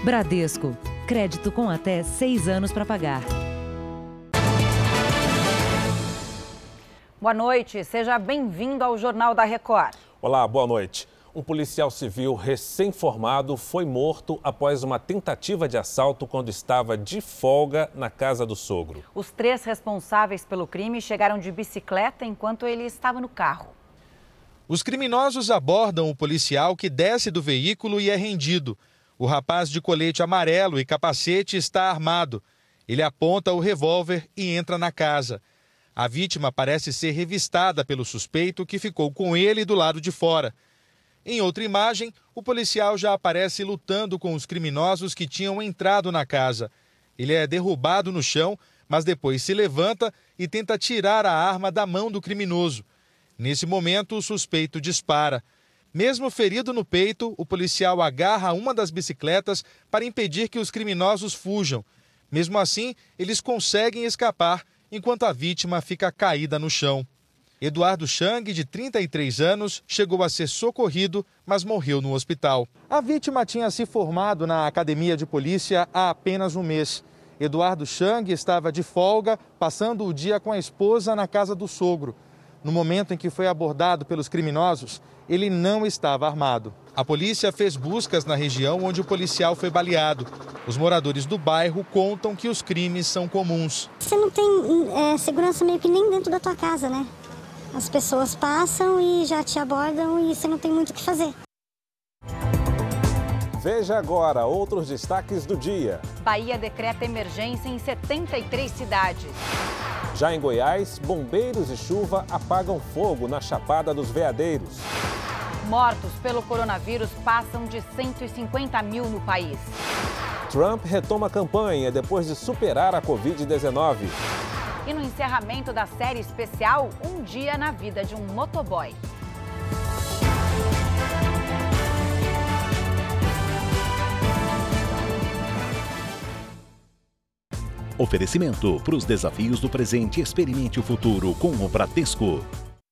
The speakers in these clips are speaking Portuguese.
Bradesco. Crédito com até 6 anos para pagar. Boa noite, seja bem-vindo ao Jornal da Record. Olá, boa noite. Um policial civil recém-formado foi morto após uma tentativa de assalto quando estava de folga na casa do sogro. Os 3 responsáveis pelo crime chegaram de bicicleta enquanto ele estava no carro. Os criminosos abordam o policial que desce do veículo e é rendido. O rapaz de colete amarelo e capacete está armado. Ele aponta o revólver e entra na casa. A vítima parece ser revistada pelo suspeito que ficou com ele do lado de fora. Em outra imagem, o policial já aparece lutando com os criminosos que tinham entrado na casa. Ele é derrubado no chão, mas depois se levanta e tenta tirar a arma da mão do criminoso. Nesse momento, o suspeito dispara. Mesmo ferido no peito, o policial agarra uma das bicicletas para impedir que os criminosos fujam. Mesmo assim, eles conseguem escapar, enquanto a vítima fica caída no chão. Eduardo Chang, de 33 anos, chegou a ser socorrido, mas morreu no hospital. A vítima tinha se formado na academia de polícia há apenas um mês. Eduardo Chang estava de folga, passando o dia com a esposa na casa do sogro. No momento em que foi abordado pelos criminosos, ele não estava armado. A polícia fez buscas na região onde o policial foi baleado. Os moradores do bairro contam que os crimes são comuns. Você não tem segurança meio que nem dentro da tua casa, né? As pessoas passam e já te abordam e você não tem muito o que fazer. Veja agora outros destaques do dia. Bahia decreta emergência em 73 cidades. Já em Goiás, bombeiros e chuva apagam fogo na Chapada dos Veadeiros. Mortos pelo coronavírus passam de 150 mil no país. Trump retoma a campanha depois de superar a Covid-19. E no encerramento da série especial, um dia na vida de um motoboy. Oferecimento: para os desafios do presente, experimente o futuro com o Bradesco.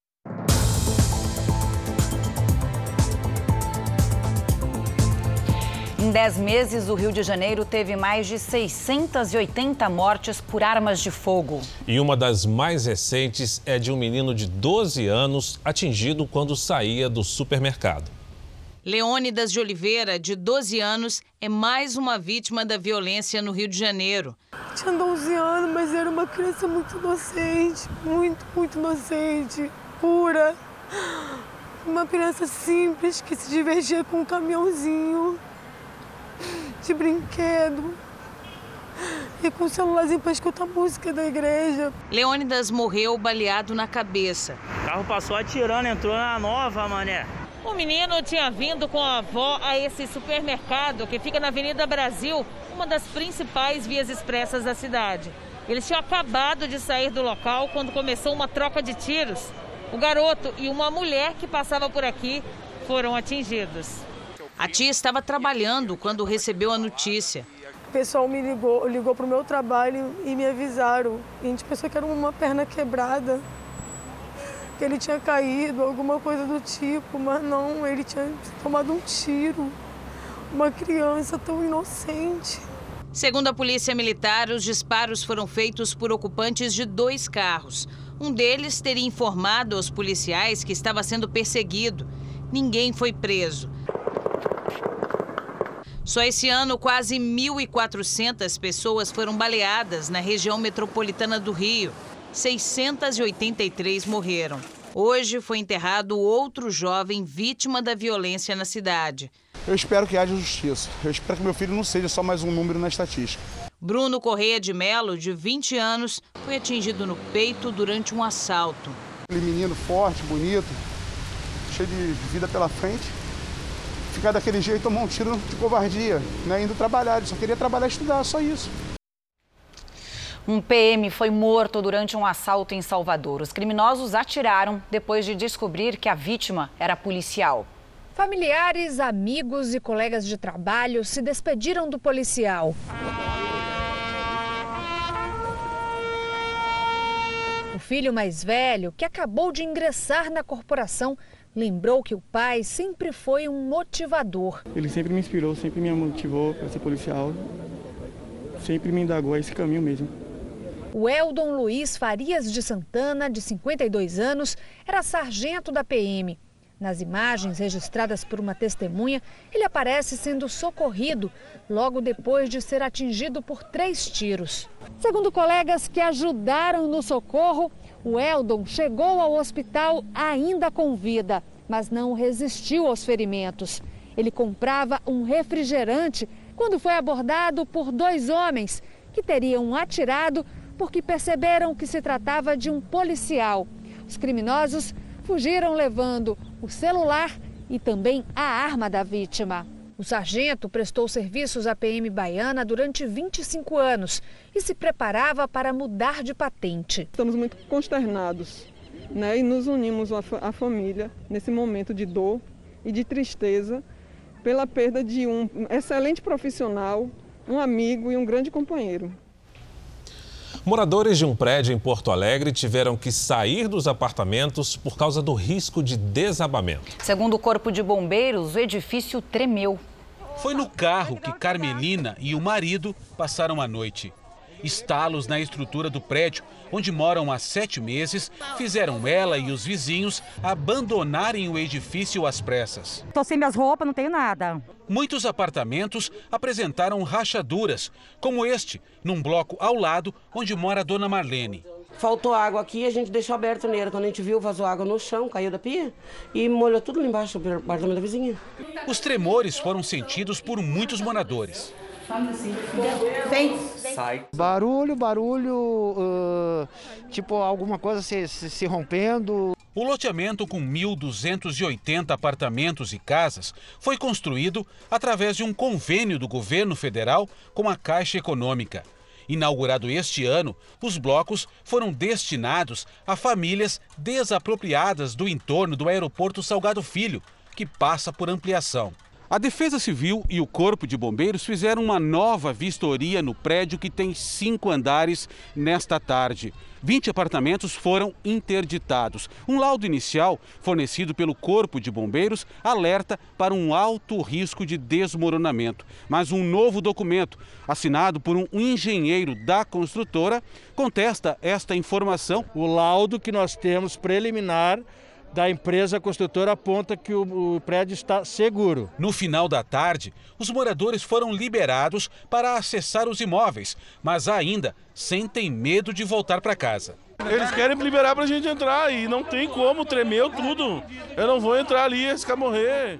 Em 10 meses, o Rio de Janeiro teve mais de 680 mortes por armas de fogo. E uma das mais recentes é de um menino de 12 anos atingido quando saía do supermercado. Leônidas de Oliveira, de 12 anos, é mais uma vítima da violência no Rio de Janeiro. Tinha 12 anos, mas era uma criança muito inocente, muito inocente, pura. Uma criança simples que se divertia com um caminhãozinho de brinquedo e com o celularzinho para escutar música da igreja. Leônidas morreu baleado na cabeça. O carro passou atirando, entrou na Nova, mané. O menino tinha vindo com a avó a esse supermercado que fica na Avenida Brasil, uma das principais vias expressas da cidade. Eles tinham acabado de sair do local quando começou uma troca de tiros. O garoto e uma mulher que passava por aqui foram atingidos. A tia estava trabalhando quando recebeu a notícia. O pessoal me ligou para o meu trabalho e me avisaram. A gente pensou que era uma perna quebrada, que ele tinha caído, alguma coisa do tipo, mas não, ele tinha tomado um tiro. Uma criança tão inocente. Segundo a Polícia Militar, os disparos foram feitos por ocupantes de 2 carros. Um deles teria informado aos policiais que estava sendo perseguido. Ninguém foi preso. Só esse ano, quase 1.400 pessoas foram baleadas na região metropolitana do Rio. 683 morreram. Hoje foi enterrado outro jovem vítima da violência na cidade. Eu espero que haja justiça. Eu espero que meu filho não seja só mais um número na estatística. Bruno Correia de Melo, de 20 anos, foi atingido no peito durante um assalto. Aquele menino forte, bonito, cheio de vida pela frente. Ficar daquele jeito, tomar um tiro de covardia, né? Indo trabalhar, ele só queria trabalhar e estudar, só isso. Um PM foi morto durante um assalto em Salvador. Os criminosos atiraram depois de descobrir que a vítima era policial. Familiares, amigos e colegas de trabalho se despediram do policial. O filho mais velho, que acabou de ingressar na corporação, Lembrou que o pai sempre foi um motivador. Ele sempre me inspirou, sempre me motivou para ser policial, sempre me indagou a esse caminho mesmo. O Eldon Luiz Farias de Santana, de 52 anos, era sargento da PM. Nas imagens registradas por uma testemunha, ele aparece sendo socorrido logo depois de ser atingido por 3 tiros. Segundo colegas que ajudaram no socorro, o Eldon chegou ao hospital ainda com vida, mas não resistiu aos ferimentos. Ele comprava um refrigerante quando foi abordado por 2 homens que teriam atirado porque perceberam que se tratava de um policial. Os criminosos fugiram levando o celular e também a arma da vítima. O sargento prestou serviços à PM baiana durante 25 anos e se preparava para mudar de patente. Estamos muito consternados, né? E nos unimos à família nesse momento de dor e de tristeza pela perda de um excelente profissional, um amigo e um grande companheiro. Moradores de um prédio em Porto Alegre tiveram que sair dos apartamentos por causa do risco de desabamento. Segundo o Corpo de Bombeiros, o edifício tremeu. Foi no carro que Carmelina e o marido passaram a noite. Estalos na estrutura do prédio, onde moram há 7 meses, fizeram ela e os vizinhos abandonarem o edifício às pressas. Estou sem minhas roupas, não tenho nada. Muitos apartamentos apresentaram rachaduras, como este, num bloco ao lado, onde mora a dona Marlene. Faltou água aqui, a gente deixou aberto nele. Quando a gente viu, vazou água no chão, caiu da pia e molhou tudo lá embaixo, do apartamento da vizinha. Os tremores foram sentidos por muitos moradores. Sai. Barulho, tipo alguma coisa se rompendo. O loteamento com 1.280 apartamentos e casas foi construído através de um convênio do governo federal com a Caixa Econômica. Inaugurado este ano, os blocos foram destinados a famílias desapropriadas do entorno do aeroporto Salgado Filho, que passa por ampliação. A Defesa Civil e o Corpo de Bombeiros fizeram uma nova vistoria no prédio que tem 5 andares nesta tarde. 20 apartamentos foram interditados. Um laudo inicial fornecido pelo Corpo de Bombeiros alerta para um alto risco de desmoronamento. Mas um novo documento, assinado por um engenheiro da construtora, contesta esta informação. O laudo que nós temos preliminar da empresa construtora aponta que o prédio está seguro. No final da tarde, os moradores foram liberados para acessar os imóveis, mas ainda sentem medo de voltar para casa. Eles querem liberar para a gente entrar e não tem como, tremeu tudo. Eu não vou entrar ali e arriscar morrer.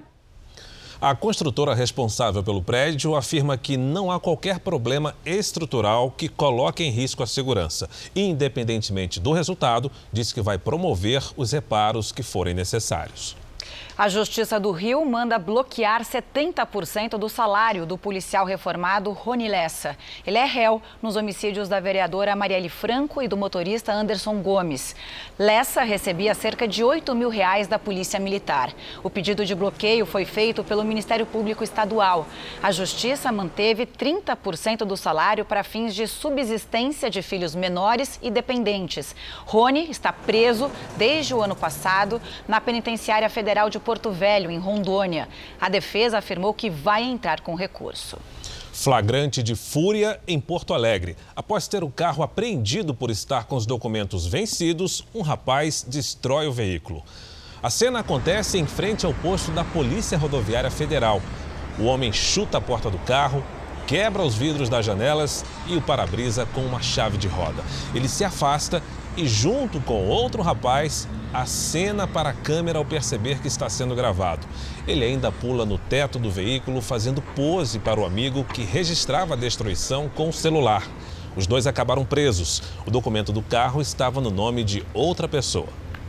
A construtora responsável pelo prédio afirma que não há qualquer problema estrutural que coloque em risco a segurança. Independentemente do resultado, diz que vai promover os reparos que forem necessários. A Justiça do Rio manda bloquear 70% do salário do policial reformado Rony Lessa. Ele é réu nos homicídios da vereadora Marielle Franco e do motorista Anderson Gomes. Lessa recebia cerca de R$8 mil da Polícia Militar. O pedido de bloqueio foi feito pelo Ministério Público Estadual. A Justiça manteve 30% do salário para fins de subsistência de filhos menores e dependentes. Rony está preso desde o ano passado na Penitenciária Federal de Porto Velho, em Rondônia. A defesa afirmou que vai entrar com recurso. Flagrante de fúria em Porto Alegre. Após ter o carro apreendido por estar com os documentos vencidos, um rapaz destrói o veículo. A cena acontece em frente ao posto da Polícia Rodoviária Federal. O homem chuta a porta do carro, quebra os vidros das janelas e o para-brisa com uma chave de roda. Ele se afasta e, junto com outro rapaz, acena para a câmera ao perceber que está sendo gravado. Ele ainda pula no teto do veículo, fazendo pose para o amigo que registrava a destruição com o celular. Os dois acabaram presos. O documento do carro estava no nome de outra pessoa.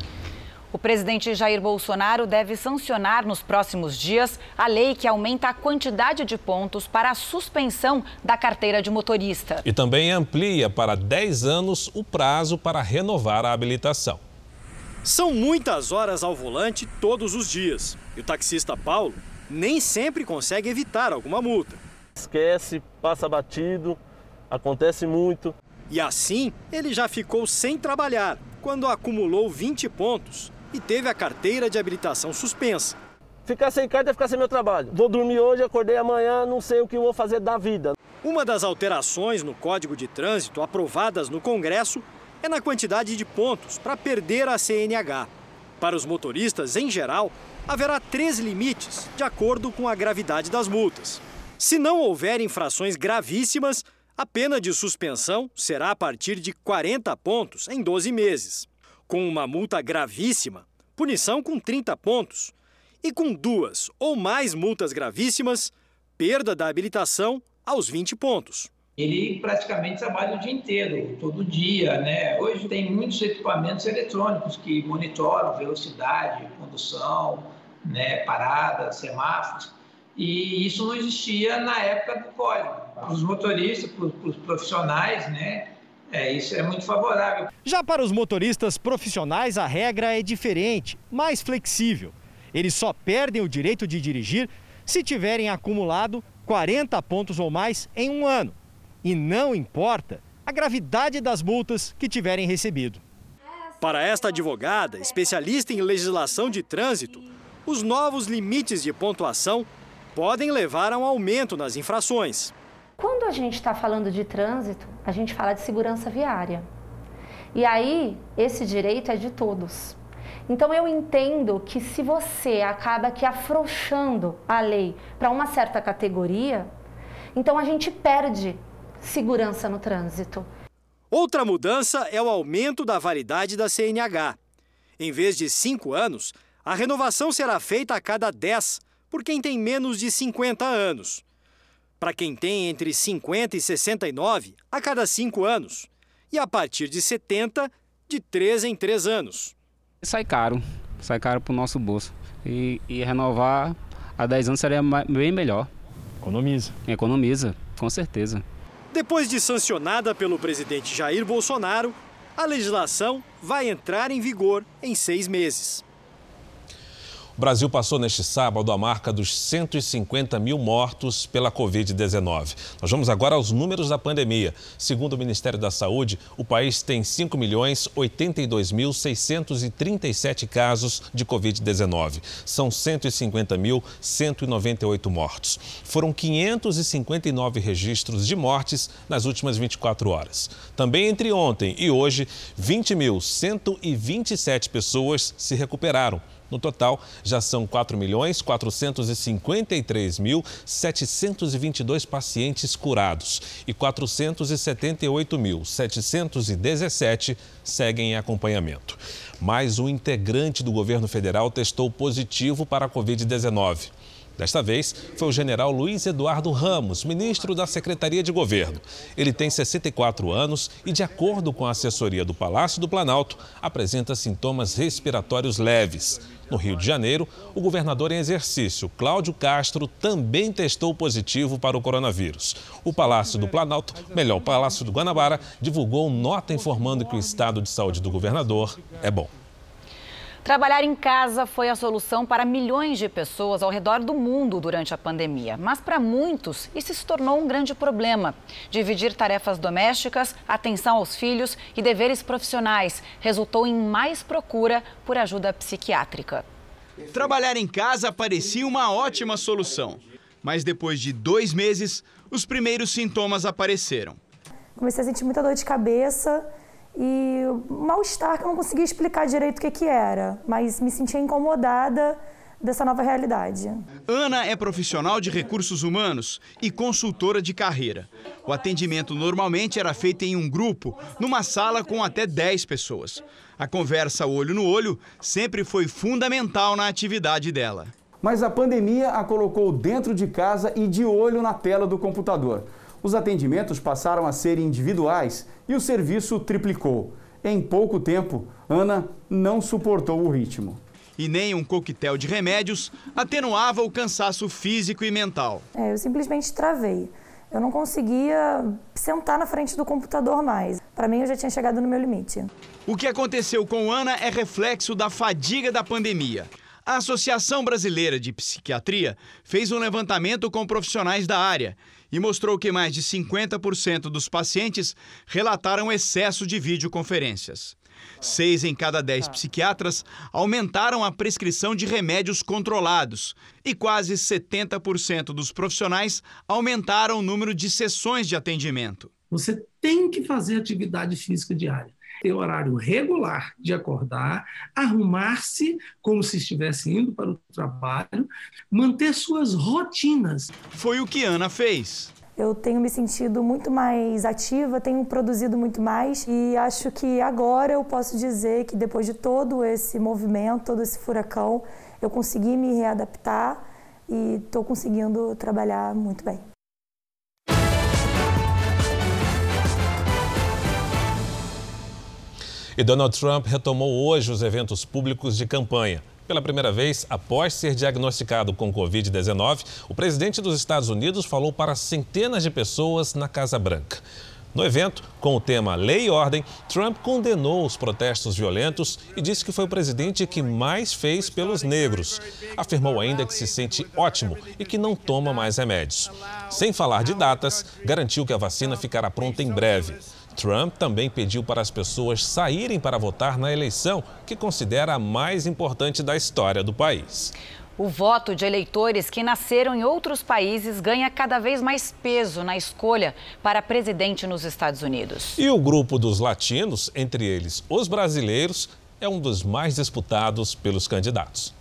O presidente Jair Bolsonaro deve sancionar nos próximos dias a lei que aumenta a quantidade de pontos para a suspensão da carteira de motorista. E também amplia para 10 anos o prazo para renovar a habilitação. São muitas horas ao volante todos os dias. E o taxista Paulo nem sempre consegue evitar alguma multa. Esquece, passa batido, acontece muito. E assim, ele já ficou sem trabalhar quando acumulou 20 pontos. e teve a carteira de habilitação suspensa. Ficar sem carta é ficar sem meu trabalho. Vou dormir hoje, acordei amanhã, não sei o que vou fazer da vida. Uma das alterações no Código de Trânsito aprovadas no Congresso é na quantidade de pontos para perder a CNH. Para os motoristas, em geral, haverá 3 limites, de acordo com a gravidade das multas. Se não houver infrações gravíssimas, a pena de suspensão será a partir de 40 pontos em 12 meses. Com uma multa gravíssima, punição com 30 pontos. E com 2 ou mais multas gravíssimas, perda da habilitação aos 20 pontos. Ele praticamente trabalha o dia inteiro, todo dia, né? Hoje tem muitos equipamentos eletrônicos que monitoram velocidade, condução, né, parada, semáforos. E isso não existia na época do código. Para os motoristas, para os profissionais, né? Isso é muito favorável. Já para os motoristas profissionais, a regra é diferente, mais flexível. Eles só perdem o direito de dirigir se tiverem acumulado 40 pontos ou mais em um ano. E não importa a gravidade das multas que tiverem recebido. Para esta advogada, especialista em legislação de trânsito, os novos limites de pontuação podem levar a um aumento nas infrações. Quando a gente está falando de trânsito, a gente fala de segurança viária. E aí, esse direito é de todos. Então eu entendo que se você acaba aqui afrouxando a lei para uma certa categoria, então a gente perde segurança no trânsito. Outra mudança é o aumento da validade da CNH. Em vez de 5 anos, a renovação será feita a cada 10, por quem tem menos de 50 anos. Para quem tem entre 50 e 69, a cada 5 anos. E a partir de 70, de 3 em 3 anos. Sai caro para o nosso bolso. E renovar a 10 anos seria bem melhor. Economiza, com certeza. Depois de sancionada pelo presidente Jair Bolsonaro, a legislação vai entrar em vigor em 6 meses. O Brasil passou neste sábado a marca dos 150 mil mortos pela Covid-19. Nós vamos agora aos números da pandemia. Segundo o Ministério da Saúde, o país tem 5.082.637 casos de Covid-19. São 150.198 mortos. Foram 559 registros de mortes nas últimas 24 horas. Também entre ontem e hoje, 20.127 pessoas se recuperaram. No total, já são 4.453.722 pacientes curados e 478.717 seguem em acompanhamento. Mais um integrante do governo federal testou positivo para a Covid-19. Desta vez, foi o general Luiz Eduardo Ramos, ministro da Secretaria de Governo. Ele tem 64 anos e, de acordo com a assessoria do Palácio do Planalto, apresenta sintomas respiratórios leves. No Rio de Janeiro, o governador em exercício, Cláudio Castro, também testou positivo para o coronavírus. O Palácio do Planalto, o Palácio do Guanabara, divulgou nota informando que o estado de saúde do governador é bom. Trabalhar em casa foi a solução para milhões de pessoas ao redor do mundo durante a pandemia. Mas para muitos, isso se tornou um grande problema. Dividir tarefas domésticas, atenção aos filhos e deveres profissionais resultou em mais procura por ajuda psiquiátrica. Trabalhar em casa parecia uma ótima solução. Mas depois de 2 meses, os primeiros sintomas apareceram. Comecei a sentir muita dor de cabeça e mal-estar que eu não conseguia explicar direito o que era, mas me sentia incomodada dessa nova realidade. Ana é profissional de recursos humanos e consultora de carreira. O atendimento normalmente era feito em um grupo, numa sala com até 10 pessoas. A conversa olho no olho sempre foi fundamental na atividade dela. Mas a pandemia a colocou dentro de casa e de olho na tela do computador. Os atendimentos passaram a ser individuais e o serviço triplicou. Em pouco tempo, Ana não suportou o ritmo. E nem um coquetel de remédios atenuava o cansaço físico e mental. Eu simplesmente travei. Eu não conseguia sentar na frente do computador mais. Para mim, eu já tinha chegado no meu limite. O que aconteceu com Ana é reflexo da fadiga da pandemia. A Associação Brasileira de Psiquiatria fez um levantamento com profissionais da área e mostrou que mais de 50% dos pacientes relataram excesso de videoconferências. 6 em cada 10 psiquiatras aumentaram a prescrição de remédios controlados e quase 70% dos profissionais aumentaram o número de sessões de atendimento. Você tem que fazer atividade física diária, ter horário regular de acordar, arrumar-se como se estivesse indo para o trabalho, manter suas rotinas. Foi o que Ana fez. Eu tenho me sentido muito mais ativa, tenho produzido muito mais e acho que agora eu posso dizer que depois de todo esse movimento, todo esse furacão, eu consegui me readaptar e estou conseguindo trabalhar muito bem. E Donald Trump retomou hoje os eventos públicos de campanha. Pela primeira vez, após ser diagnosticado com Covid-19, o presidente dos Estados Unidos falou para centenas de pessoas na Casa Branca. No evento, com o tema Lei e Ordem, Trump condenou os protestos violentos e disse que foi o presidente que mais fez pelos negros. Afirmou ainda que se sente ótimo e que não toma mais remédios. Sem falar de datas, garantiu que a vacina ficará pronta em breve. Trump também pediu para as pessoas saírem para votar na eleição, que considera a mais importante da história do país. O voto de eleitores que nasceram em outros países ganha cada vez mais peso na escolha para presidente nos Estados Unidos. E o grupo dos latinos, entre eles os brasileiros, é um dos mais disputados pelos candidatos.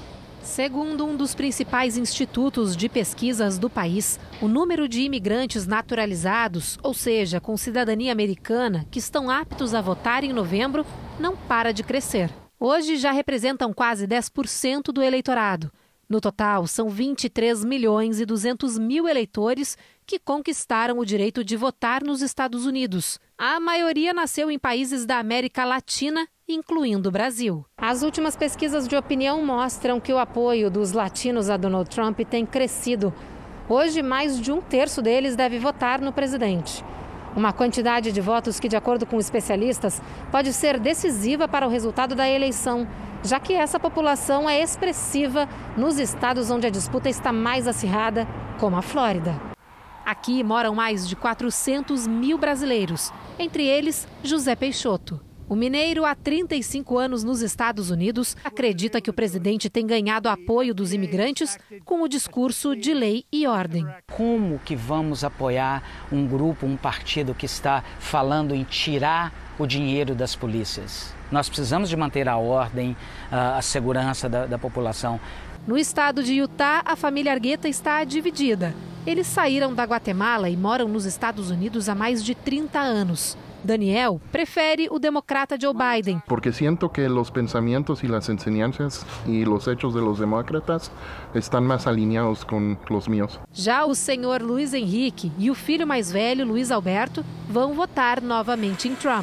Segundo um dos principais institutos de pesquisas do país, o número de imigrantes naturalizados, ou seja, com cidadania americana, que estão aptos a votar em novembro, não para de crescer. Hoje já representam quase 10% do eleitorado. No total, são 23 milhões e 200 mil eleitores que conquistaram o direito de votar nos Estados Unidos. A maioria nasceu em países da América Latina, incluindo o Brasil. As últimas pesquisas de opinião mostram que o apoio dos latinos a Donald Trump tem crescido. Hoje, mais de 1/3 deles deve votar no presidente. Uma quantidade de votos que, de acordo com especialistas, pode ser decisiva para o resultado da eleição, já que essa população é expressiva nos estados onde a disputa está mais acirrada, como a Flórida. Aqui moram mais de 400 mil brasileiros, entre eles José Peixoto. O mineiro, há 35 anos nos Estados Unidos, acredita que o presidente tem ganhado apoio dos imigrantes com o discurso de lei e ordem. Como que vamos apoiar um grupo, um partido que está falando em tirar o dinheiro das polícias? Nós precisamos de manter a ordem, a segurança da população. No estado de Utah, a família Argueta está dividida. Eles saíram da Guatemala e moram nos Estados Unidos há mais de 30 anos. Daniel prefere o democrata Joe Biden. Porque sinto que os pensamentos e as enseñanzas e os hechos de los demócratas estão mais alinhados com os meus. Já o senhor Luiz Henrique e o filho mais velho, Luiz Alberto, vão votar novamente em Trump.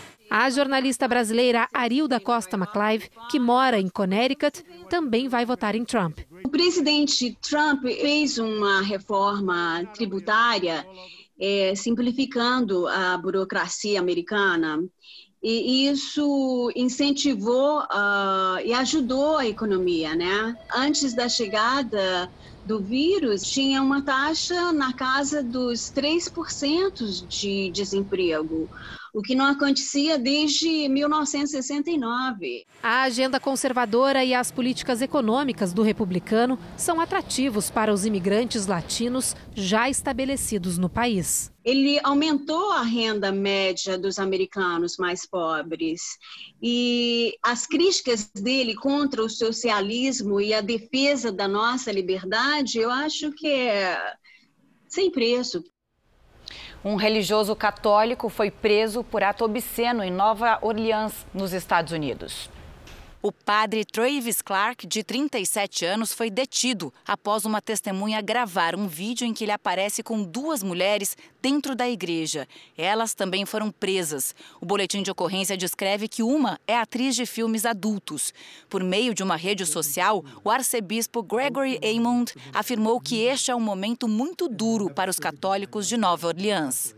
A jornalista brasileira Arilda Costa McLive, que mora em Connecticut, também vai votar em Trump. O presidente Trump fez uma reforma tributária simplificando a burocracia americana, e isso incentivou e ajudou a economia, né? Antes da chegada do vírus, tinha uma taxa na casa dos 3% de desemprego, o que não acontecia desde 1969. A agenda conservadora e as políticas econômicas do republicano são atrativos para os imigrantes latinos já estabelecidos no país. Ele aumentou a renda média dos americanos mais pobres e as críticas dele contra o socialismo e a defesa da nossa liberdade, eu acho que é sem preço. Um religioso católico foi preso por ato obsceno em Nova Orleans, nos Estados Unidos. O padre Travis Clark, de 37 anos, foi detido após uma testemunha gravar um vídeo em que ele aparece com 2 mulheres dentro da igreja. Elas também foram presas. O boletim de ocorrência descreve que uma é atriz de filmes adultos. Por meio de uma rede social, o arcebispo Gregory Aymond afirmou que este é um momento muito duro para os católicos de Nova Orleans.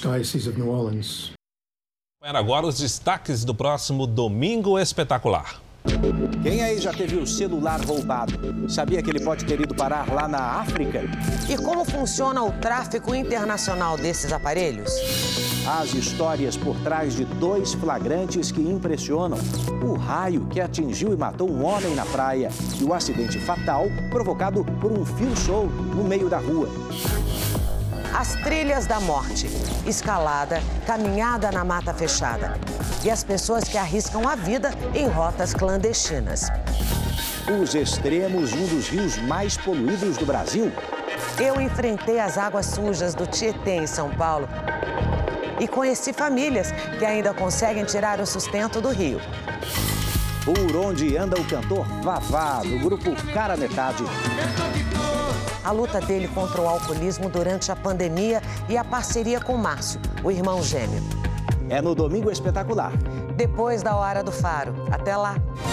Agora os destaques do próximo Domingo Espetacular. Quem aí já teve o celular roubado? Sabia que ele pode ter ido parar lá na África? E como funciona o tráfico internacional desses aparelhos? As histórias por trás de 2 flagrantes que impressionam. O raio que atingiu e matou um homem na praia e o acidente fatal provocado por um fio solto no meio da rua. As trilhas da morte, escalada, caminhada na mata fechada. E as pessoas que arriscam a vida em rotas clandestinas. Os extremos de um dos rios mais poluídos do Brasil. Eu enfrentei as águas sujas do Tietê, em São Paulo. E conheci famílias que ainda conseguem tirar o sustento do rio. Por onde anda o cantor Vavá, do grupo Cara Metade. A luta dele contra o alcoolismo durante a pandemia e a parceria com Márcio, o irmão gêmeo. É no Domingo Espetacular. Depois da Hora do Faro. Até lá.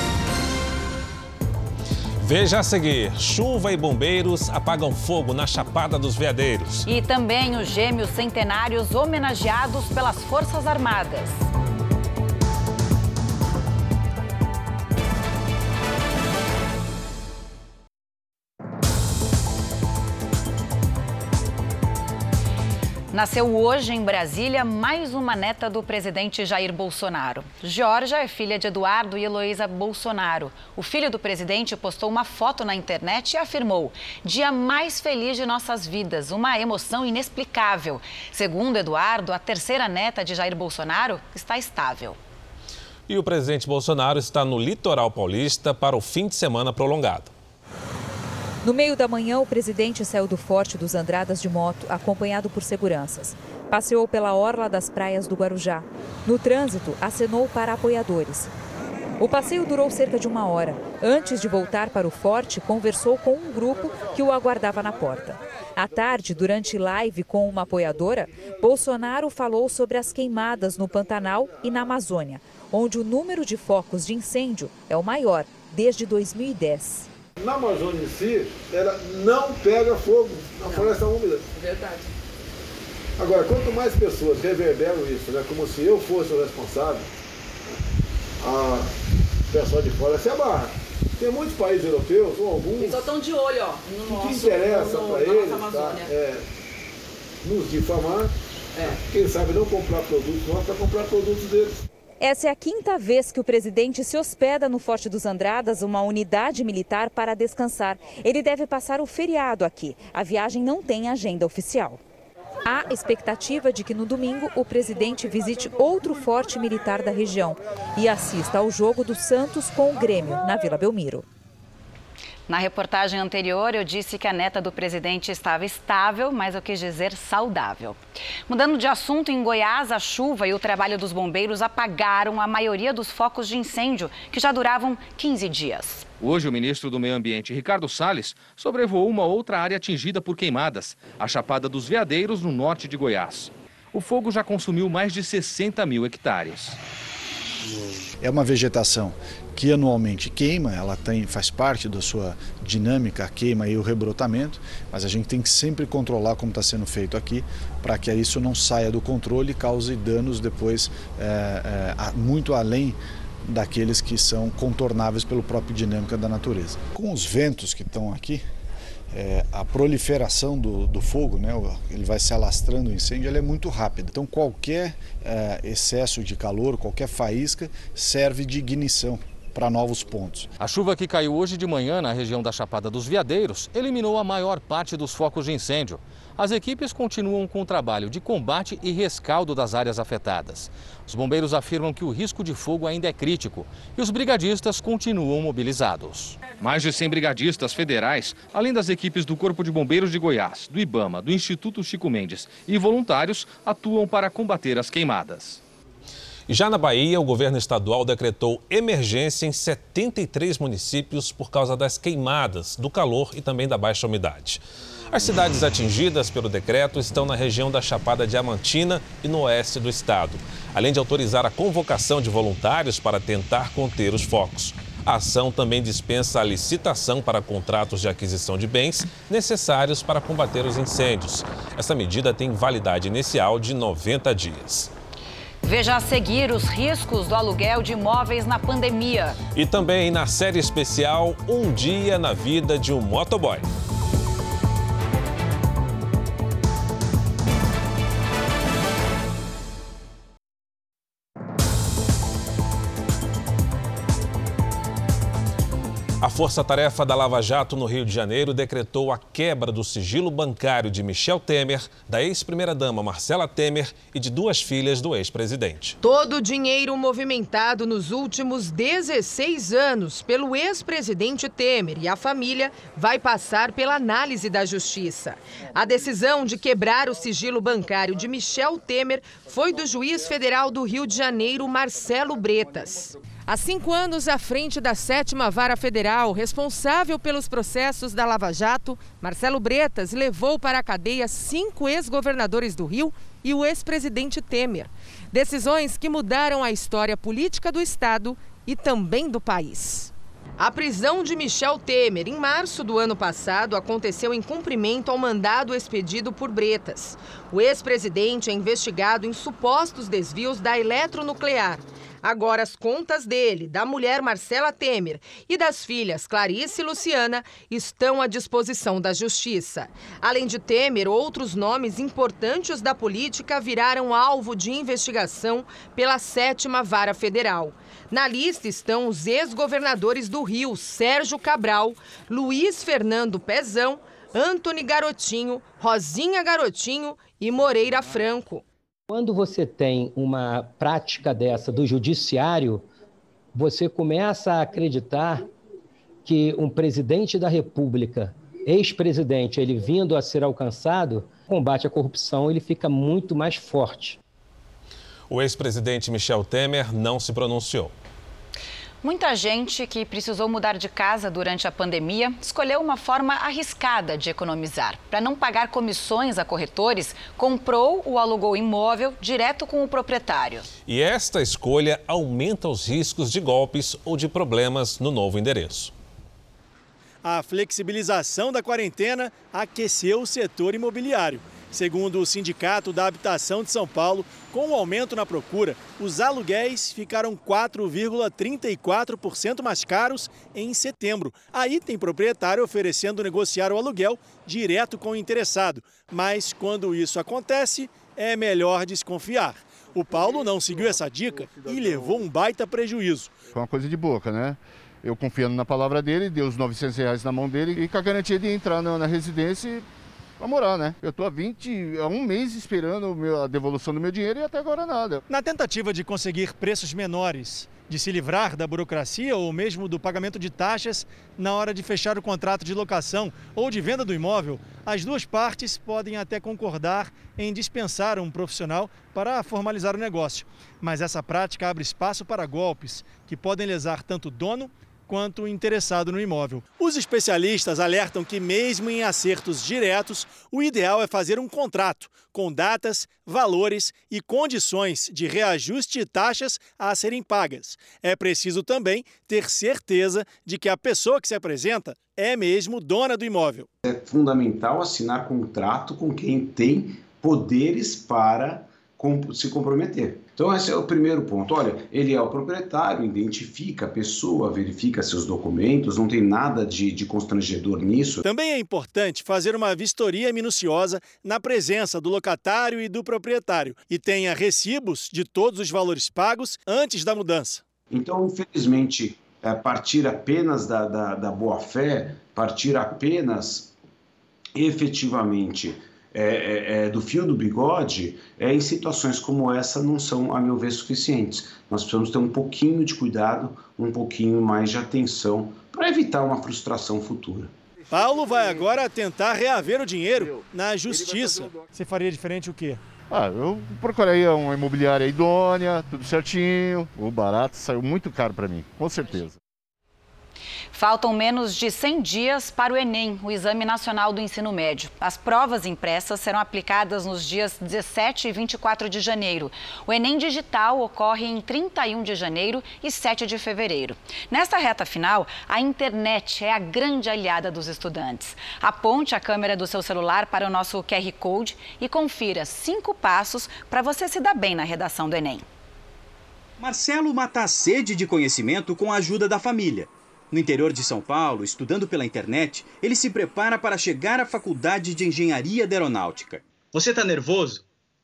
Veja a seguir, chuva e bombeiros apagam fogo na Chapada dos Veadeiros. E também os gêmeos centenários homenageados pelas Forças Armadas. Nasceu hoje em Brasília mais uma neta do presidente Jair Bolsonaro. Georgia é filha de Eduardo e Heloísa Bolsonaro. O filho do presidente postou uma foto na internet e afirmou: "Dia mais feliz de nossas vidas, uma emoção inexplicável." Segundo Eduardo, a terceira neta de Jair Bolsonaro está estável. E o presidente Bolsonaro está no litoral paulista para o fim de semana prolongado. No meio da manhã, o presidente saiu do Forte dos Andradas de moto, acompanhado por seguranças. Passeou pela orla das praias do Guarujá. No trânsito, acenou para apoiadores. O passeio durou cerca de 1 hora. Antes de voltar para o Forte, conversou com um grupo que o aguardava na porta. À tarde, durante live com uma apoiadora, Bolsonaro falou sobre as queimadas no Pantanal e na Amazônia, onde o número de focos de incêndio é o maior desde 2010. Na Amazônia em si, ela não pega fogo na floresta úmida. Verdade. Agora, quanto mais pessoas reverberam isso, né, como se eu fosse o responsável, a pessoa de fora se abarra. Tem muitos países europeus, ou alguns... Eles só estão de olho, ó, no nosso... O que interessa para eles é nos difamar, quem sabe não comprar produtos nossos, para comprar produtos deles. Essa é a 5ª vez que o presidente se hospeda no Forte dos Andradas, uma unidade militar, para descansar. Ele deve passar o feriado aqui. A viagem não tem agenda oficial. Há expectativa de que no domingo o presidente visite outro forte militar da região e assista ao jogo do Santos com o Grêmio, na Vila Belmiro. Na reportagem anterior, eu disse que a neta do presidente estava estável, mas eu quis dizer saudável. Mudando de assunto, em Goiás, a chuva e o trabalho dos bombeiros apagaram a maioria dos focos de incêndio, que já duravam 15 dias. Hoje, o ministro do Meio Ambiente, Ricardo Salles, sobrevoou uma outra área atingida por queimadas, a Chapada dos Veadeiros, no norte de Goiás. O fogo já consumiu mais de 60 mil hectares. É uma vegetação que anualmente queima, ela faz parte da sua dinâmica, a queima e o rebrotamento, mas a gente tem que sempre controlar como está sendo feito aqui, para que isso não saia do controle e cause danos depois muito além daqueles que são contornáveis pela própria dinâmica da natureza. Com os ventos que estão aqui, a proliferação do fogo, né, ele vai se alastrando o incêndio, ele é muito rápido. Então qualquer excesso de calor, qualquer faísca serve de ignição para novos pontos. A chuva que caiu hoje de manhã na região da Chapada dos Veadeiros eliminou a maior parte dos focos de incêndio. As equipes continuam com o trabalho de combate e rescaldo das áreas afetadas. Os bombeiros afirmam que o risco de fogo ainda é crítico e os brigadistas continuam mobilizados. Mais de 100 brigadistas federais, além das equipes do Corpo de Bombeiros de Goiás, do IBAMA, do Instituto Chico Mendes e voluntários, atuam para combater as queimadas. Já na Bahia, o governo estadual decretou emergência em 73 municípios por causa das queimadas, do calor e também da baixa umidade. As cidades atingidas pelo decreto estão na região da Chapada Diamantina e no oeste do estado, além de autorizar a convocação de voluntários para tentar conter os focos. A ação também dispensa a licitação para contratos de aquisição de bens necessários para combater os incêndios. Essa medida tem validade inicial de 90 dias. Veja a seguir os riscos do aluguel de imóveis na pandemia. E também na série especial Um Dia na Vida de um Motoboy. A Força-Tarefa da Lava Jato no Rio de Janeiro decretou a quebra do sigilo bancário de Michel Temer, da ex-primeira-dama Marcela Temer e de 2 filhas do ex-presidente. Todo o dinheiro movimentado nos últimos 16 anos pelo ex-presidente Temer e a família vai passar pela análise da Justiça. A decisão de quebrar o sigilo bancário de Michel Temer foi do juiz federal do Rio de Janeiro, Marcelo Bretas. Há 5 anos à frente da 7ª Vara Federal, responsável pelos processos da Lava Jato, Marcelo Bretas levou para a cadeia 5 ex-governadores do Rio e o ex-presidente Temer. Decisões que mudaram a história política do Estado e também do país. A prisão de Michel Temer, em março do ano passado, aconteceu em cumprimento ao mandado expedido por Bretas. O ex-presidente é investigado em supostos desvios da eletronuclear. Agora, as contas dele, da mulher Marcela Temer e das filhas Clarice e Luciana estão à disposição da Justiça. Além de Temer, outros nomes importantes da política viraram alvo de investigação pela 7ª Vara Federal. Na lista estão os ex-governadores do Rio, Sérgio Cabral, Luiz Fernando Pezão, Antony Garotinho, Rosinha Garotinho e Moreira Franco. Quando você tem uma prática dessa do judiciário, você começa a acreditar que um presidente da República, ex-presidente, ele vindo a ser alcançado, o combate à corrupção ele fica muito mais forte. O ex-presidente Michel Temer não se pronunciou. Muita gente que precisou mudar de casa durante a pandemia escolheu uma forma arriscada de economizar. Para não pagar comissões a corretores, comprou ou alugou imóvel direto com o proprietário. E esta escolha aumenta os riscos de golpes ou de problemas no novo endereço. A flexibilização da quarentena aqueceu o setor imobiliário. Segundo o Sindicato da Habitação de São Paulo, com o aumento na procura, os aluguéis ficaram 4,34% mais caros em setembro. Aí tem proprietário oferecendo negociar o aluguel direto com o interessado. Mas quando isso acontece, é melhor desconfiar. O Paulo não seguiu essa dica e levou um baita prejuízo. Foi uma coisa de boca, né? Eu confiando na palavra dele, dei os R$900 na mão dele e com a garantia de entrar na residência para morar, né? Eu estou há um mês esperando a devolução do meu dinheiro e até agora nada. Na tentativa de conseguir preços menores, de se livrar da burocracia ou mesmo do pagamento de taxas na hora de fechar o contrato de locação ou de venda do imóvel, as duas partes podem até concordar em dispensar um profissional para formalizar o negócio. Mas essa prática abre espaço para golpes que podem lesar tanto o dono quanto o interessado no imóvel. Os especialistas alertam que mesmo em acertos diretos, o ideal é fazer um contrato com datas, valores e condições de reajuste e taxas a serem pagas. É preciso também ter certeza de que a pessoa que se apresenta é mesmo dona do imóvel. É fundamental assinar contrato com quem tem poderes para se comprometer. Então esse é o primeiro ponto. Olha, ele é o proprietário, identifica a pessoa, verifica seus documentos, não tem nada de constrangedor nisso. Também é importante fazer uma vistoria minuciosa na presença do locatário e do proprietário e tenha recibos de todos os valores pagos antes da mudança. Então, infelizmente, partir apenas da boa-fé, partir apenas efetivamente do fio do bigode, em situações como essa não são, a meu ver, suficientes. Nós precisamos ter um pouquinho de cuidado, um pouquinho mais de atenção para evitar uma frustração futura. Paulo vai agora tentar reaver o dinheiro na justiça. Você faria diferente o quê? Eu procuraria uma imobiliária idônea, tudo certinho. O barato saiu muito caro para mim, com certeza. Faltam menos de 100 dias para o Enem, o Exame Nacional do Ensino Médio. As provas impressas serão aplicadas nos dias 17 e 24 de janeiro. O Enem Digital ocorre em 31 de janeiro e 7 de fevereiro. Nesta reta final, a internet é a grande aliada dos estudantes. Aponte a câmera do seu celular para o nosso QR Code e confira 5 passos para você se dar bem na redação do Enem. Marcelo mata a sede de conhecimento com a ajuda da família. No interior de São Paulo, estudando pela internet, ele se prepara para chegar à faculdade de engenharia da aeronáutica. Você está nervoso?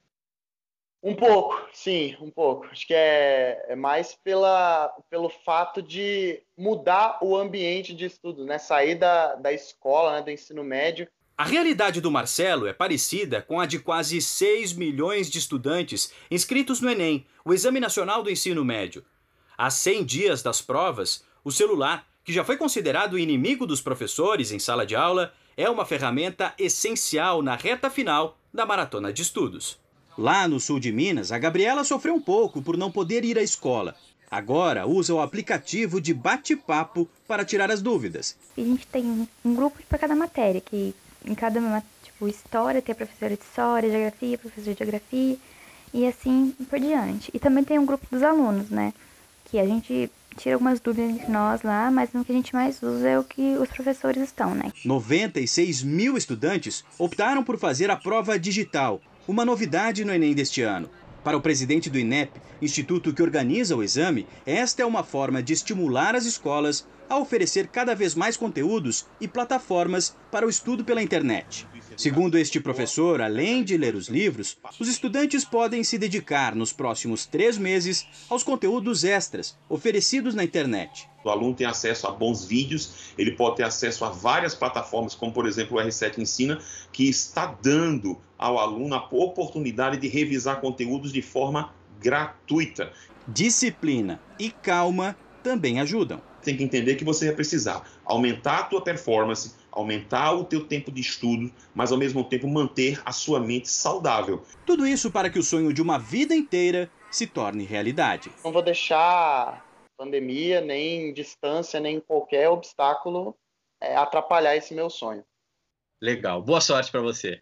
Um pouco, sim, um pouco. Acho que é mais pelo fato de mudar o ambiente de estudo, né? Sair da escola, né? Do ensino médio. A realidade do Marcelo é parecida com a de quase 6 milhões de estudantes inscritos no Enem, o Exame Nacional do Ensino Médio. Há 100 dias das provas, o celular, que já foi considerado inimigo dos professores em sala de aula, é uma ferramenta essencial na reta final da maratona de estudos. Lá no sul de Minas, a Gabriela sofreu um pouco por não poder ir à escola. Agora usa o aplicativo de bate-papo para tirar as dúvidas. A gente tem um grupo para cada matéria, que em cada história tem a professora de história, geografia, professor de geografia e assim por diante. E também tem um grupo dos alunos, né? Que a gente tira algumas dúvidas entre nós lá, mas o que a gente mais usa é o que os professores estão, né? 96 mil estudantes optaram por fazer a prova digital, uma novidade no Enem deste ano. Para o presidente do INEP, instituto que organiza o exame, esta é uma forma de estimular as escolas a oferecer cada vez mais conteúdos e plataformas para o estudo pela internet. Segundo este professor, além de ler os livros, os estudantes podem se dedicar nos próximos 3 meses aos conteúdos extras oferecidos na internet. O aluno tem acesso a bons vídeos, ele pode ter acesso a várias plataformas, como por exemplo o R7 Ensina, que está dando ao aluno a oportunidade de revisar conteúdos de forma gratuita. Disciplina e calma também ajudam. Tem que entender que você vai precisar aumentar a tua performance, aumentar o teu tempo de estudo, mas ao mesmo tempo manter a sua mente saudável. Tudo isso para que o sonho de uma vida inteira se torne realidade. Não vou deixar pandemia, nem distância, nem qualquer obstáculo atrapalhar esse meu sonho. Legal, boa sorte para você.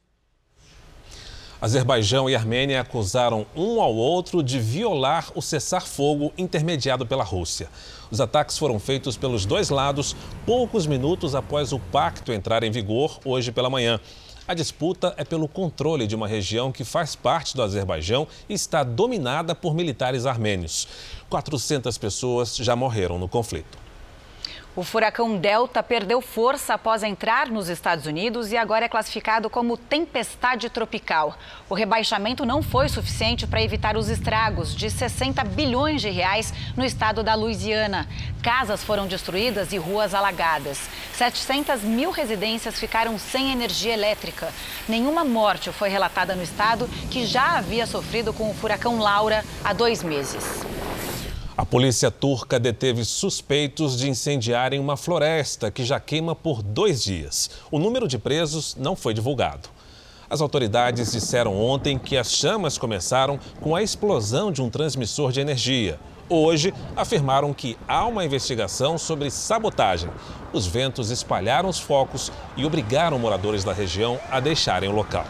Azerbaijão e Armênia acusaram um ao outro de violar o cessar-fogo intermediado pela Rússia. Os ataques foram feitos pelos dois lados poucos minutos após o pacto entrar em vigor hoje pela manhã. A disputa é pelo controle de uma região que faz parte do Azerbaijão e está dominada por militares armênios. 400 pessoas já morreram no conflito. O furacão Delta perdeu força após entrar nos Estados Unidos e agora é classificado como tempestade tropical. O rebaixamento não foi suficiente para evitar os estragos de 60 bilhões de reais no estado da Louisiana. Casas foram destruídas e ruas alagadas. 700 mil residências ficaram sem energia elétrica. Nenhuma morte foi relatada no estado, que já havia sofrido com o furacão Laura há 2 meses. A polícia turca deteve suspeitos de incendiarem uma floresta que já queima por 2 dias. O número de presos não foi divulgado. As autoridades disseram ontem que as chamas começaram com a explosão de um transmissor de energia. Hoje, afirmaram que há uma investigação sobre sabotagem. Os ventos espalharam os focos e obrigaram moradores da região a deixarem o local.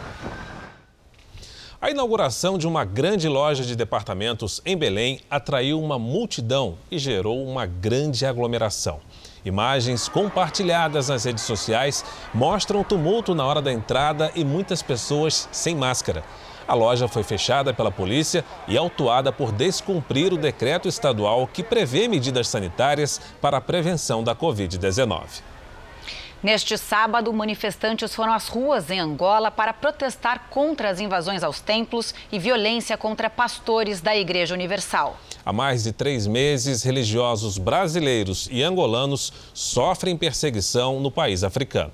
A inauguração de uma grande loja de departamentos em Belém atraiu uma multidão e gerou uma grande aglomeração. Imagens compartilhadas nas redes sociais mostram o tumulto na hora da entrada e muitas pessoas sem máscara. A loja foi fechada pela polícia e autuada por descumprir o decreto estadual que prevê medidas sanitárias para a prevenção da Covid-19. Neste sábado, manifestantes foram às ruas em Angola para protestar contra as invasões aos templos e violência contra pastores da Igreja Universal. Há mais de 3 meses, religiosos brasileiros e angolanos sofrem perseguição no país africano.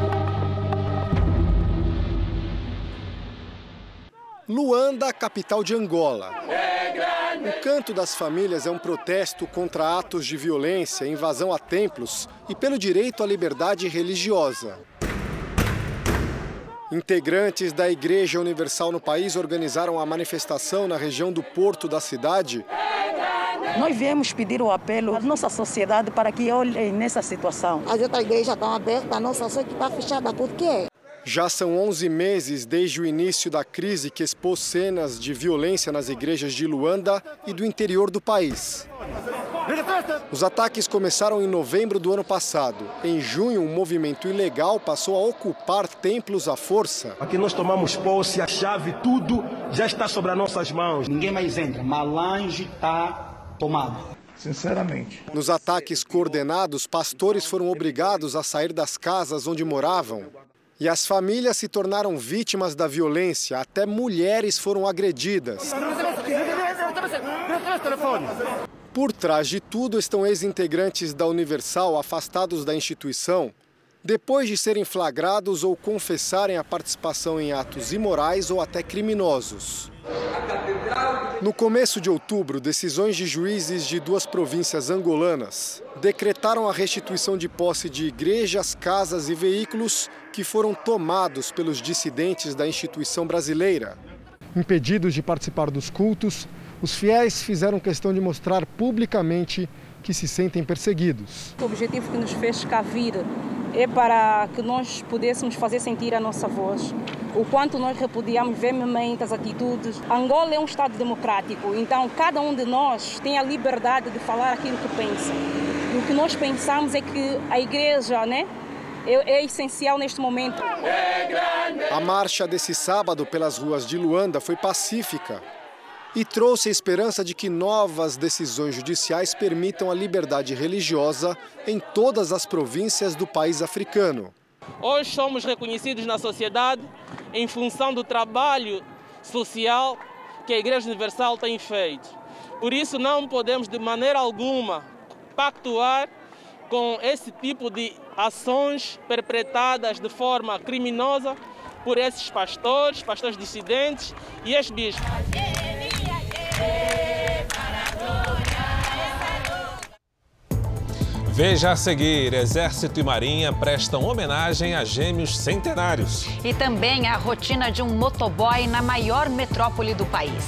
Luanda, capital de Angola. O Canto das Famílias é um protesto contra atos de violência, invasão a templos e pelo direito à liberdade religiosa. Integrantes da Igreja Universal no país organizaram a manifestação na região do porto da cidade. Nós viemos pedir o apelo à nossa sociedade para que olhem nessa situação. As outras igrejas estão abertas, a nossa só está fechada. Por quê? Já são 11 meses desde o início da crise que expôs cenas de violência nas igrejas de Luanda e do interior do país. Os ataques começaram em novembro do ano passado. Em junho, um movimento ilegal passou a ocupar templos à força. Aqui nós tomamos posse, a chave, tudo já está sobre as nossas mãos. Ninguém mais entra, Malange está tomado. Sinceramente. Nos ataques coordenados, pastores foram obrigados a sair das casas onde moravam. E as famílias se tornaram vítimas da violência, até mulheres foram agredidas. Por trás de tudo estão ex-integrantes da Universal afastados da instituição, depois de serem flagrados ou confessarem a participação em atos imorais ou até criminosos. No começo de outubro, decisões de juízes de 2 províncias angolanas decretaram a restituição de posse de igrejas, casas e veículos que foram tomados pelos dissidentes da instituição brasileira. Impedidos de participar dos cultos, os fiéis fizeram questão de mostrar publicamente que se sentem perseguidos. O objetivo que nos fez cá vir é para que nós pudéssemos fazer sentir a nossa voz. O quanto nós repudiamos veemente as atitudes. Angola é um Estado democrático, então cada um de nós tem a liberdade de falar aquilo que pensa. E o que nós pensamos é que a igreja, é essencial neste momento. A marcha desse sábado pelas ruas de Luanda foi pacífica e trouxe a esperança de que novas decisões judiciais permitam a liberdade religiosa em todas as províncias do país africano. Hoje somos reconhecidos na sociedade em função do trabalho social que a Igreja Universal tem feito. Por isso não podemos de maneira alguma pactuar com esse tipo de ações perpetradas de forma criminosa por esses pastores dissidentes e ex-bispos. Veja a seguir, Exército e Marinha prestam homenagem a gêmeos centenários. E também a rotina de um motoboy na maior metrópole do país.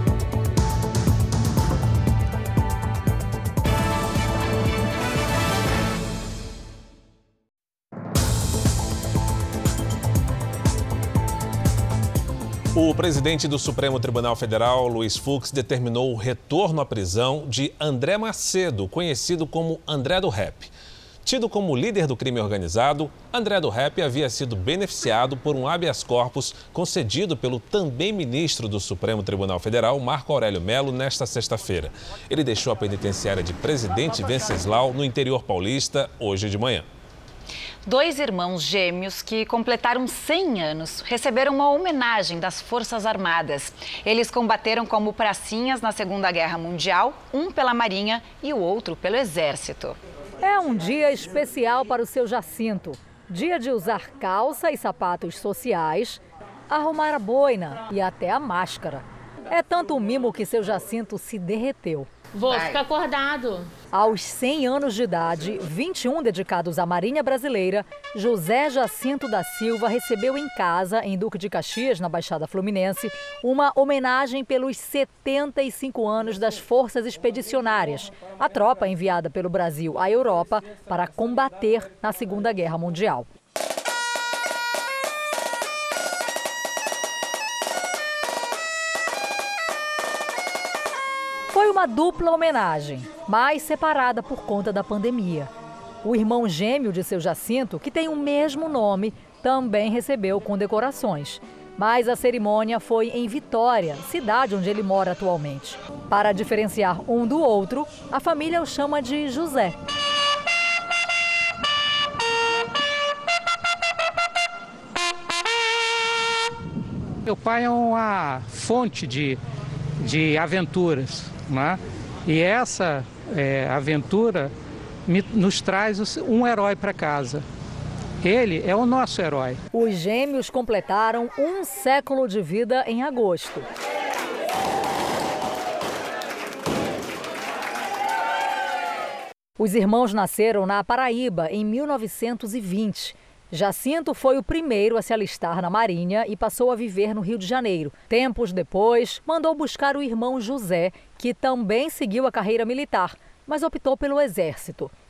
O presidente do Supremo Tribunal Federal, Luiz Fux, determinou o retorno à prisão de André Macedo, conhecido como André do Rap. Tido como líder do crime organizado, André do Rap havia sido beneficiado por um habeas corpus concedido pelo também ministro do Supremo Tribunal Federal, Marco Aurélio Mello, nesta sexta-feira. Ele deixou a penitenciária de Presidente Venceslau, no interior paulista, hoje de manhã. 2 irmãos gêmeos que completaram 100 anos receberam uma homenagem das Forças Armadas. Eles combateram como pracinhas na Segunda Guerra Mundial, um pela Marinha e o outro pelo Exército. É um dia especial para o seu Jacinto. Dia de usar calça e sapatos sociais, arrumar a boina e até a máscara. É tanto mimo que seu Jacinto se derreteu. Vou ficar acordado. Aos 100 anos de idade, 21 dedicados à Marinha Brasileira, José Jacinto da Silva recebeu em casa, em Duque de Caxias, na Baixada Fluminense, uma homenagem pelos 75 anos das Forças Expedicionárias, a tropa enviada pelo Brasil à Europa para combater na Segunda Guerra Mundial. Foi uma dupla homenagem, mas separada por conta da pandemia. O irmão gêmeo de seu Jacinto, que tem o mesmo nome, também recebeu condecorações. Mas a cerimônia foi em Vitória, cidade onde ele mora atualmente. Para diferenciar um do outro, a família o chama de José. Meu pai é uma fonte de aventuras, né? E essa aventura nos traz um herói para casa. Ele é o nosso herói. Os gêmeos completaram 1 século de vida em agosto. Os irmãos nasceram na Paraíba em 1920. Jacinto foi o primeiro a se alistar na Marinha e passou a viver no Rio de Janeiro. Tempos depois, mandou buscar o irmão José, que também seguiu a carreira militar, mas optou pelo Exército.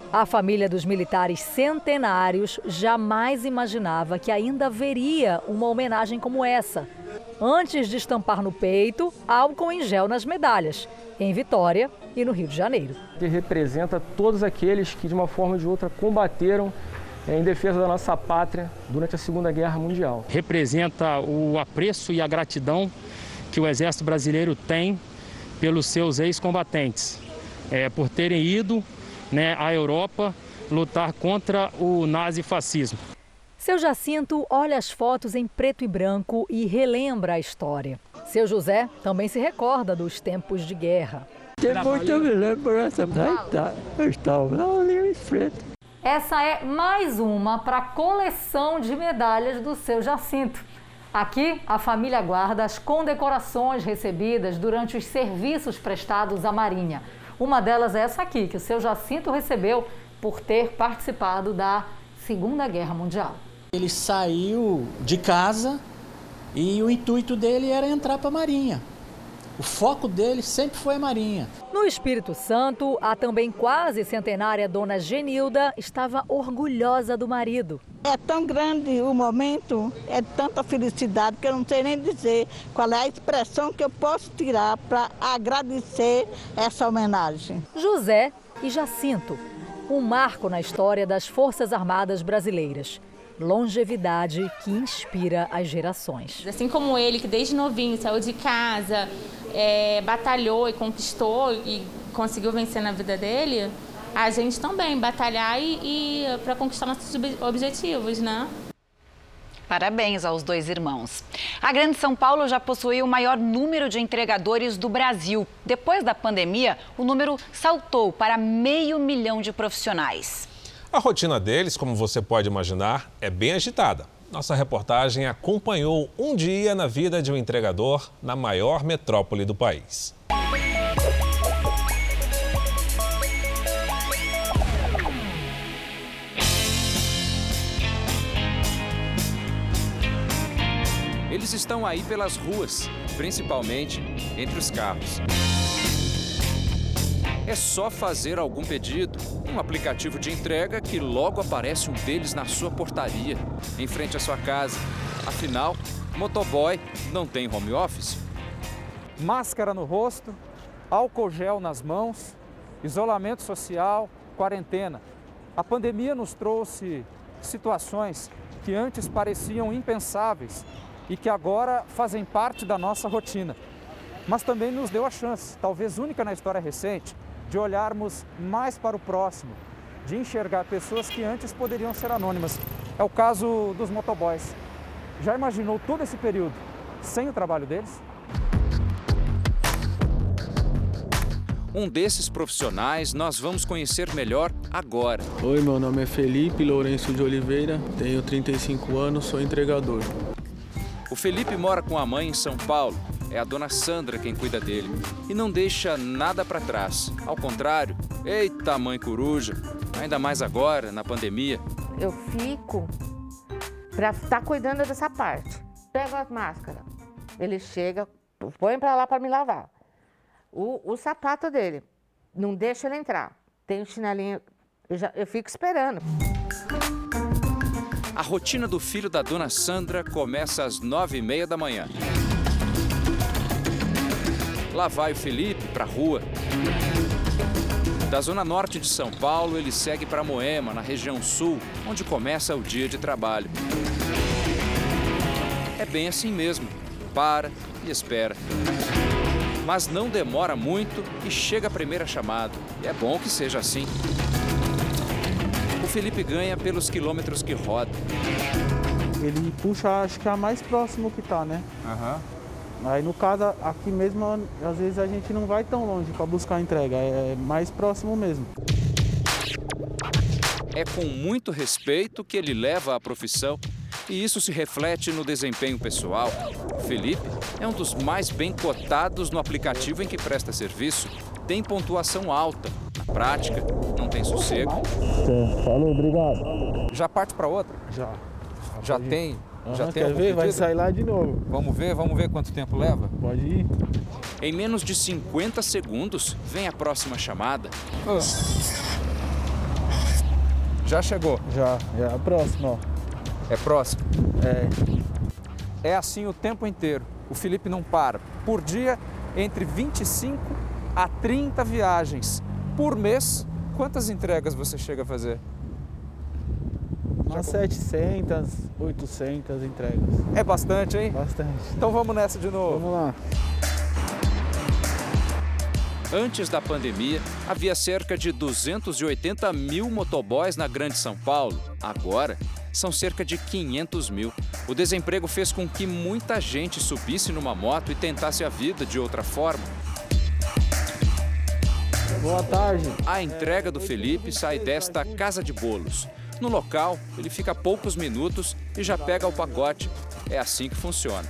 A família dos militares centenários jamais imaginava que ainda haveria uma homenagem como essa, antes de estampar no peito álcool em gel nas medalhas, em Vitória e no Rio de Janeiro. Que representa todos aqueles que, de uma forma ou de outra, combateram em defesa da nossa pátria durante a Segunda Guerra Mundial. Representa o apreço e a gratidão que o Exército Brasileiro tem pelos seus ex-combatentes, por terem ido à Europa lutar contra o nazifascismo. Seu Jacinto olha as fotos em preto e branco e relembra a história. Seu José também se recorda dos tempos de guerra. Tem muita lembrança. Eu estava ali em frente. Essa é mais uma para a coleção de medalhas do seu Jacinto. Aqui, a família guarda as condecorações recebidas durante os serviços prestados à Marinha. Uma delas é essa aqui, que o seu Jacinto recebeu por ter participado da Segunda Guerra Mundial. Ele saiu de casa e o intuito dele era entrar para a Marinha. O foco dele sempre foi a Marinha. No Espírito Santo, a também quase centenária dona Genilda estava orgulhosa do marido. É tão grande o momento, é tanta felicidade que eu não sei nem dizer qual é a expressão que eu posso tirar para agradecer essa homenagem. José e Jacinto, um marco na história das Forças Armadas Brasileiras. Longevidade que inspira as gerações. Assim como ele, que desde novinho saiu de casa, batalhou e conquistou e conseguiu vencer na vida dele, a gente também batalhar e para conquistar nossos objetivos, né? Parabéns aos dois irmãos. A Grande São Paulo já possui o maior número de entregadores do Brasil. Depois da pandemia, o número saltou para 500 mil de profissionais. A rotina deles, como você pode imaginar, é bem agitada. Nossa reportagem acompanhou um dia na vida de um entregador na maior metrópole do país. Eles estão aí pelas ruas, principalmente entre os carros. É só fazer algum pedido, um aplicativo de entrega que logo aparece um deles na sua portaria, em frente à sua casa. Afinal, motoboy não tem home office. Máscara no rosto, álcool gel nas mãos, isolamento social, quarentena. A pandemia nos trouxe situações que antes pareciam impensáveis e que agora fazem parte da nossa rotina. Mas também nos deu a chance, talvez única na história recente, de olharmos mais para o próximo, de enxergar pessoas que antes poderiam ser anônimas. É o caso dos motoboys. Já imaginou todo esse período sem o trabalho deles? Um desses profissionais nós vamos conhecer melhor agora. Oi, meu nome é Felipe Lourenço de Oliveira, tenho 35 anos, sou entregador. O Felipe mora com a mãe em São Paulo. É a dona Sandra quem cuida dele e não deixa nada para trás. Ao contrário, eita mãe coruja, ainda mais agora, na pandemia. Eu fico para estar cuidando dessa parte. Pego as máscaras, ele chega, põe para lá para me lavar. O sapato dele, não deixa ele entrar. Tem um chinelinho, eu fico esperando. A rotina do filho da dona Sandra começa às 9h30 da manhã. Lá vai o Felipe para a rua. Da zona norte de São Paulo, ele segue para Moema, na região sul, onde começa o dia de trabalho. É bem assim mesmo, para e espera. Mas não demora muito e chega a primeira chamada. E é bom que seja assim. O Felipe ganha pelos quilômetros que roda. Ele puxa, acho que é a mais próximo que tá, né? Aí no caso, aqui mesmo, às vezes a gente não vai tão longe para buscar a entrega, é mais próximo mesmo. É com muito respeito que ele leva a profissão e isso se reflete no desempenho pessoal. O Felipe é um dos mais bem cotados no aplicativo em que presta serviço. Tem pontuação alta. Na prática, não tem sossego. Falou, obrigado. Já parte para outra? Já tem? Já tem quer ver? Vai sair lá de novo. Vamos ver quanto tempo leva? Pode ir. Em menos de 50 segundos, vem a próxima chamada. Já chegou? Já é próximo, ó. É próximo? É. É assim o tempo inteiro. O Felipe não para. Por dia, entre 25 a 30 viagens. Por mês, quantas entregas você chega a fazer? Umas 700, 800 entregas. É bastante, hein? Bastante. Então vamos nessa de novo. Vamos lá. Antes da pandemia, havia cerca de 280 mil motoboys na Grande São Paulo. Agora, são cerca de 500 mil. O desemprego fez com que muita gente subisse numa moto e tentasse a vida de outra forma. Boa tarde. A entrega do Felipe sai desta casa de bolos. No local, ele fica poucos minutos e já pega o pacote. É assim que funciona.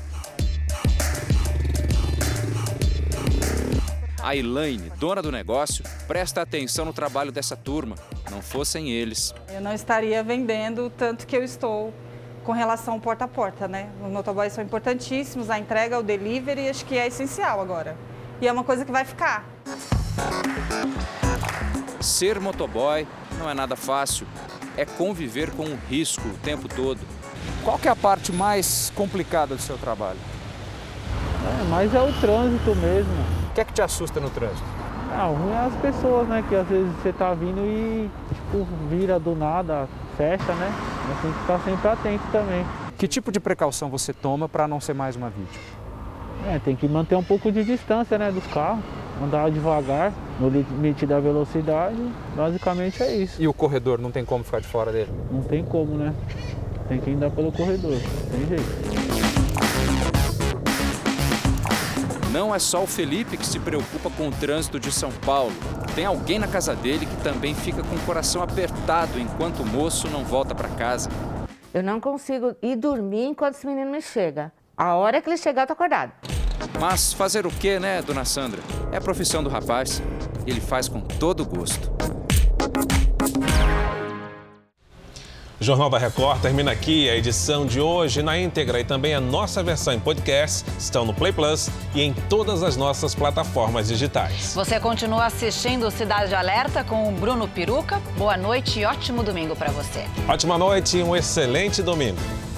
A Elaine, dona do negócio, presta atenção no trabalho dessa turma. Não fossem eles. Eu não estaria vendendo tanto que eu estou com relação porta a porta, né? Os motoboys são importantíssimos, a entrega, o delivery, acho que é essencial agora. E é uma coisa que vai ficar. Ser motoboy não é nada fácil. É conviver com o risco o tempo todo. Qual que é a parte mais complicada do seu trabalho? Mas é o trânsito mesmo. O que é que te assusta no trânsito? O ruim é as pessoas, né? Que às vezes você tá vindo e tipo, vira do nada, fecha, né? Mas tem que ficar sempre atento também. Que tipo de precaução você toma para não ser mais uma vítima? Tem que manter um pouco de distância, né, dos carros. Andar devagar, no limite da velocidade. Basicamente é isso. E o corredor, não tem como ficar de fora dele? Não tem como, né? Tem que andar pelo corredor, tem jeito. Não é só o Felipe que se preocupa com o trânsito de São Paulo. Tem alguém na casa dele que também fica com o coração apertado enquanto o moço não volta para casa. Eu não consigo ir dormir enquanto esse menino me chega. A hora que ele chegar, eu tô acordado. Mas fazer o quê, né, dona Sandra? É a profissão do rapaz. Ele faz com todo gosto. O Jornal da Record termina aqui. A edição de hoje na íntegra e também a nossa versão em podcast estão no Play Plus e em todas as nossas plataformas digitais. Você continua assistindo Cidade Alerta com o Bruno Peruca. Boa noite e ótimo domingo para você. Ótima noite e um excelente domingo.